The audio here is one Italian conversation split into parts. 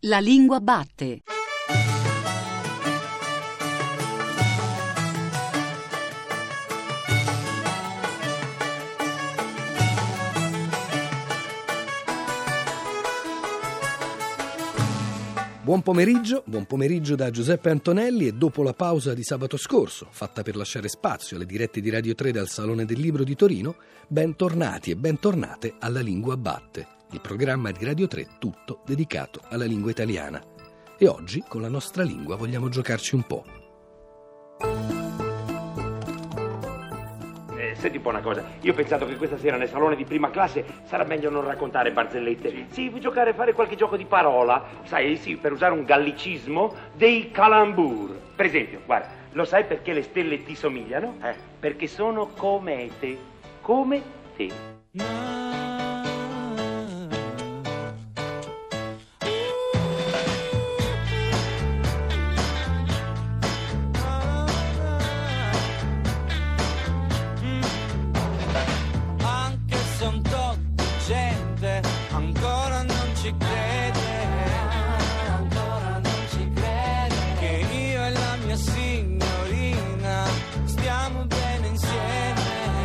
La lingua batte. Buon pomeriggio da Giuseppe Antonelli, e dopo la pausa di sabato scorso, fatta per lasciare spazio alle dirette di Radio 3 dal Salone del Libro di Torino, bentornati e bentornate alla Lingua Batte, il programma di Radio 3 tutto dedicato alla lingua italiana. E oggi, con la nostra lingua, vogliamo giocarci un po'. Senti un po' una cosa, io ho pensato che questa sera nel salone di prima classe sarà meglio non raccontare barzellette. Sì, giocare, fare qualche gioco di parola, sai, sì, per usare un gallicismo, dei calembour. Per esempio, guarda, lo sai perché le stelle ti somigliano? Perché sono come te. Ancora non ci crede che io e la mia signorina stiamo bene insieme.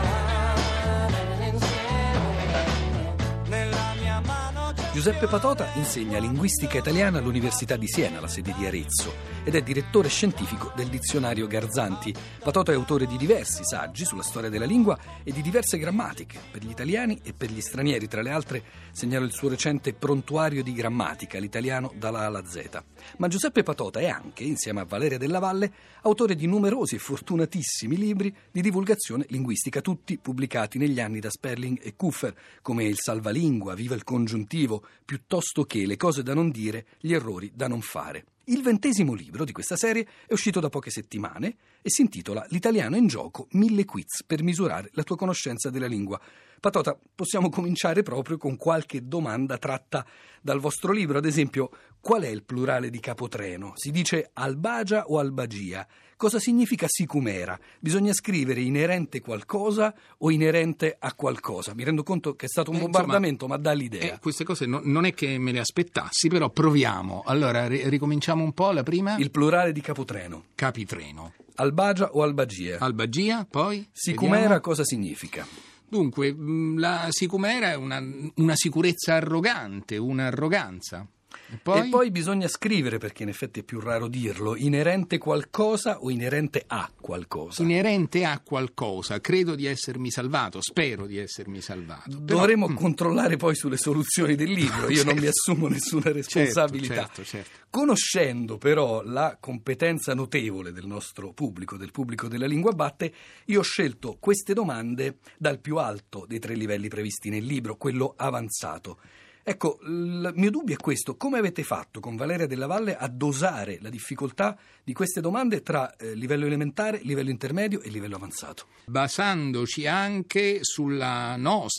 Nella mia mano Giuseppe Patota insegna linguistica italiana all'Università di Siena, la sede di Arezzo, ed è direttore scientifico del dizionario Garzanti. Patota è autore di diversi saggi sulla storia della lingua e di diverse grammatiche per gli italiani e per gli stranieri. Tra le altre segnalo il suo recente Prontuario di grammatica, l'italiano dalla A alla Z. Ma Giuseppe Patota è anche, insieme a Valeria Della Valle, autore di numerosi e fortunatissimi libri di divulgazione linguistica, tutti pubblicati negli anni da Sperling e Kuffer, come Il Salvalingua, Viva il congiuntivo, Piuttosto che, Le cose da non dire, Gli errori da non fare. Il 20° libro di questa serie è uscito da poche settimane e si intitola L'italiano in gioco, 1000 quiz per misurare la tua conoscenza della lingua. Patota, possiamo cominciare proprio con qualche domanda tratta dal vostro libro. Ad esempio, qual è il plurale di capotreno? Si dice albagia o albagia? Cosa significa sicumera? Bisogna scrivere inerente qualcosa o inerente a qualcosa? Mi rendo conto che è stato un bombardamento, ma dà l'idea. Queste cose non è che me le aspettassi, però proviamo. Allora, ricominciamo un po'. La prima? Il plurale di capotreno. Capitreno. Albagia o albagia? Albagia, poi? Sicumera Vediamo. cosa significa? Dunque, la sicumera è una sicurezza arrogante, un'arroganza. E poi bisogna scrivere, perché in effetti è più raro dirlo, inerente qualcosa o inerente a qualcosa? Inerente a qualcosa. Credo di essermi salvato, spero di essermi salvato. Dovremo controllare poi sulle soluzioni del libro, io non mi assumo nessuna responsabilità. Certo. Conoscendo però la competenza notevole del nostro pubblico, del pubblico della Lingua Batte, io ho scelto queste domande dal più alto dei 3 livelli previsti nel libro, quello avanzato. Ecco, il mio dubbio è questo: come avete fatto con Valeria Della Valle a dosare la difficoltà di queste domande tra livello elementare, livello intermedio e livello avanzato? Basandoci anche sulla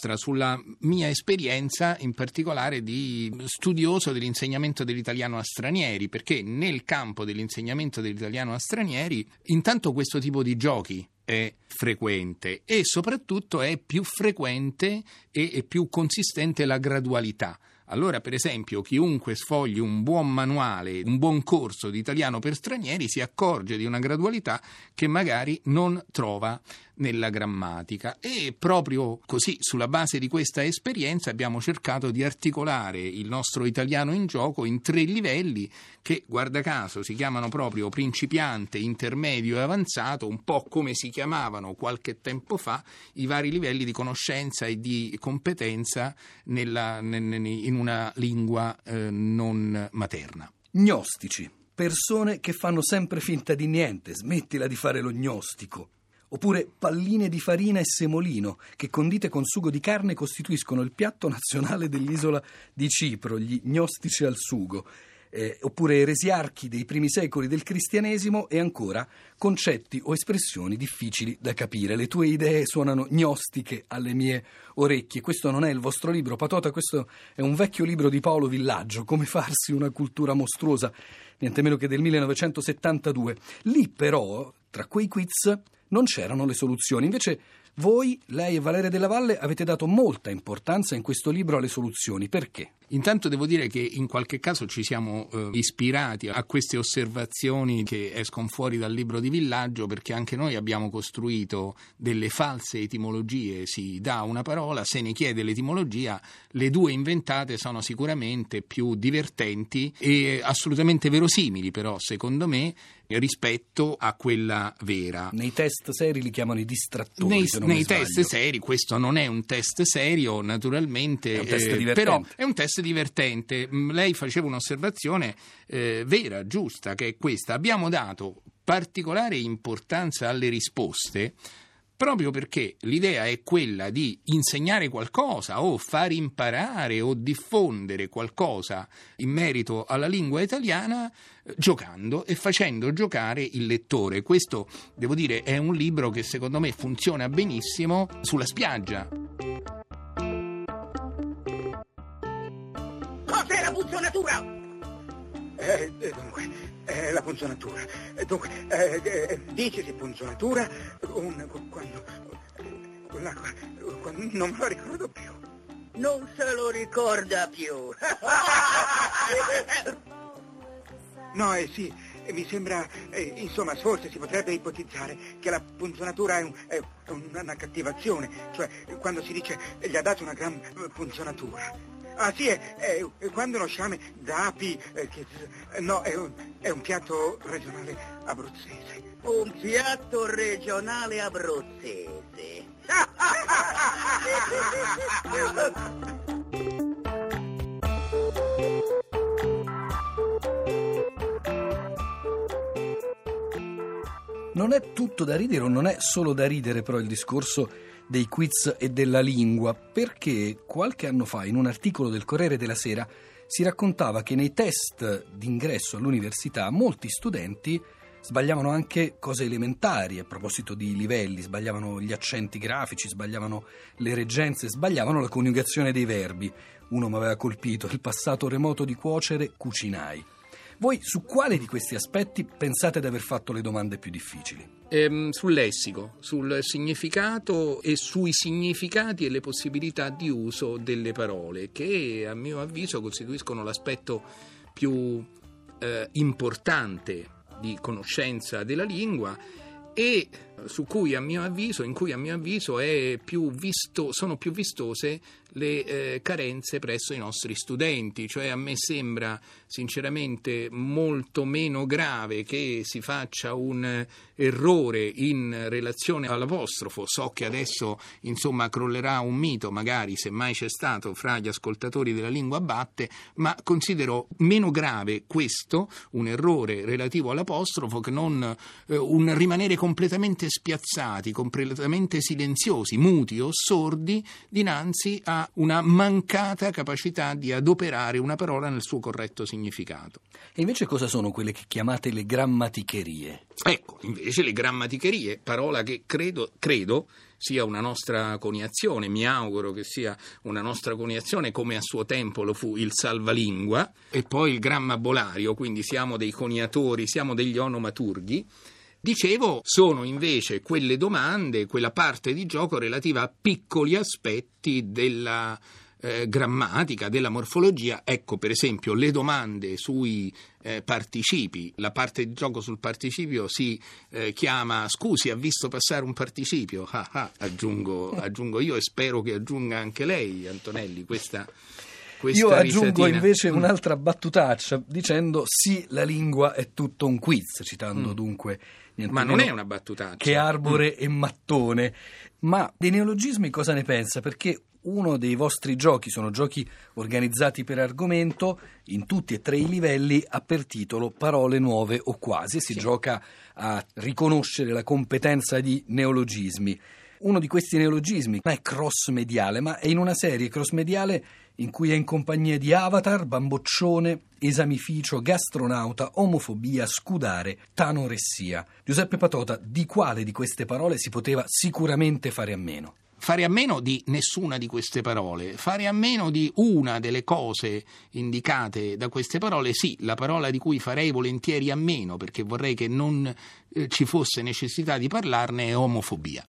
mia esperienza, in particolare di studioso dell'insegnamento dell'italiano a stranieri, perché nel campo dell'insegnamento dell'italiano a stranieri intanto questo tipo di giochi è frequente e soprattutto è più frequente e più consistente la gradualità. Allora, per esempio, chiunque sfogli un buon manuale, un buon corso di italiano per stranieri si accorge di una gradualità che magari non trova nella grammatica. E proprio così, sulla base di questa esperienza, abbiamo cercato di articolare il nostro italiano in gioco in 3 livelli che, guarda caso, si chiamano proprio principiante, intermedio e avanzato, un po' come si chiamavano qualche tempo fa i vari livelli di conoscenza e di competenza in una lingua non materna. Gnostici, persone che fanno sempre finta di niente, smettila di fare lo gnostico. Oppure palline di farina e semolino, che condite con sugo di carne costituiscono il piatto nazionale dell'isola di Cipro, gli gnostici al sugo. Oppure eresiarchi dei primi secoli del cristianesimo, e ancora concetti o espressioni difficili da capire. Le tue idee suonano gnostiche alle mie orecchie. Questo non è il vostro libro, Patota, questo è un vecchio libro di Paolo Villaggio, Come farsi una cultura mostruosa, niente meno che del 1972. Lì però, tra quei quiz, non c'erano le soluzioni. Invece voi, lei e Valeria Della Valle, avete dato molta importanza in questo libro alle soluzioni. Perché? Intanto devo dire che in qualche caso ci siamo ispirati a queste osservazioni che escono fuori dal libro di Villaggio, perché anche noi abbiamo costruito delle false etimologie. Si dà una parola, se ne chiede l'etimologia, le due inventate sono sicuramente più divertenti e assolutamente verosimili, però secondo me, rispetto a quella vera. Nei test seri li chiamano i distrattori. Nei test seri, questo non è un test serio, naturalmente, è un test divertente. Però è un test divertente. Lei faceva un'osservazione vera, giusta, che è questa: abbiamo dato particolare importanza alle risposte proprio perché l'idea è quella di insegnare qualcosa o far imparare o diffondere qualcosa in merito alla lingua italiana giocando e facendo giocare il lettore. Questo, devo dire, è un libro che secondo me funziona benissimo sulla spiaggia. Cos'è la punzonatura? Dunque, la punzonatura. Dunque, dicesi punzonatura quando non me lo ricordo più. Non se lo ricorda più. No, sì, mi sembra, insomma, forse si potrebbe ipotizzare che la punzonatura è una cattivazione, cioè quando si dice gli ha dato una gran punzonatura. Ah sì, è quando uno sciame d'api, è un piatto regionale abruzzese. Un piatto regionale abruzzese. Non è tutto da ridere, o non è solo da ridere però il discorso dei quiz e della lingua, perché qualche anno fa in un articolo del Corriere della Sera si raccontava che nei test d'ingresso all'università molti studenti sbagliavano anche cose elementari. A proposito di livelli, sbagliavano gli accenti grafici, sbagliavano le reggenze, sbagliavano la coniugazione dei verbi. Uno mi aveva colpito: il passato remoto di cuocere, cucinai. Voi su quale di questi aspetti pensate di aver fatto le domande più difficili? Sul lessico, sul significato e sui significati e le possibilità di uso delle parole, che a mio avviso costituiscono l'aspetto più importante di conoscenza della lingua e in cui a mio avviso sono più vistose le carenze presso i nostri studenti. Cioè, a me sembra sinceramente molto meno grave che si faccia un errore in relazione all'apostrofo. So che adesso crollerà un mito, magari, se mai c'è stato, fra gli ascoltatori della Lingua Batte, ma considero meno grave questo, un errore relativo all'apostrofo, che non un rimanere completamente spiazzati, completamente silenziosi, muti o sordi dinanzi a una mancata capacità di adoperare una parola nel suo corretto significato. E invece cosa sono quelle che chiamate le grammaticherie? Ecco, invece le grammaticherie, parola che credo sia una nostra coniazione, mi auguro che sia una nostra coniazione, come a suo tempo lo fu il salvalingua e poi il grammabolario, quindi siamo dei coniatori, siamo degli onomaturghi. Dicevo, sono invece quelle domande, quella parte di gioco relativa a piccoli aspetti della grammatica, della morfologia. Ecco, per esempio, le domande sui participi. La parte di gioco sul participio si chiama "scusi, ha visto passare un participio?" Aggiungo io, e spero che aggiunga anche lei, Antonelli, questa Io aggiungo risatina. Invece un'altra battutaccia dicendo: sì, la lingua è tutto un quiz, citando dunque ma non è una battutaccia, che Arbore e Mattone. Ma dei neologismi cosa ne pensa? Perché uno dei vostri giochi sono giochi organizzati per argomento, in tutti e tre i livelli, ha per titolo Parole nuove o quasi. Si gioca a riconoscere la competenza di neologismi. Uno di questi neologismi è cross-mediale, ma è in una serie cross-mediale in cui è in compagnia di avatar, bamboccione, esamificio, gastronauta, omofobia, scudare, tanoressia. Giuseppe Patota, di quale di queste parole si poteva sicuramente fare a meno? fare a meno di nessuna di queste parole, fare a meno di una delle cose indicate da queste parole, sì, la parola di cui farei volentieri a meno, perché vorrei che non ci fosse necessità di parlarne, è omofobia.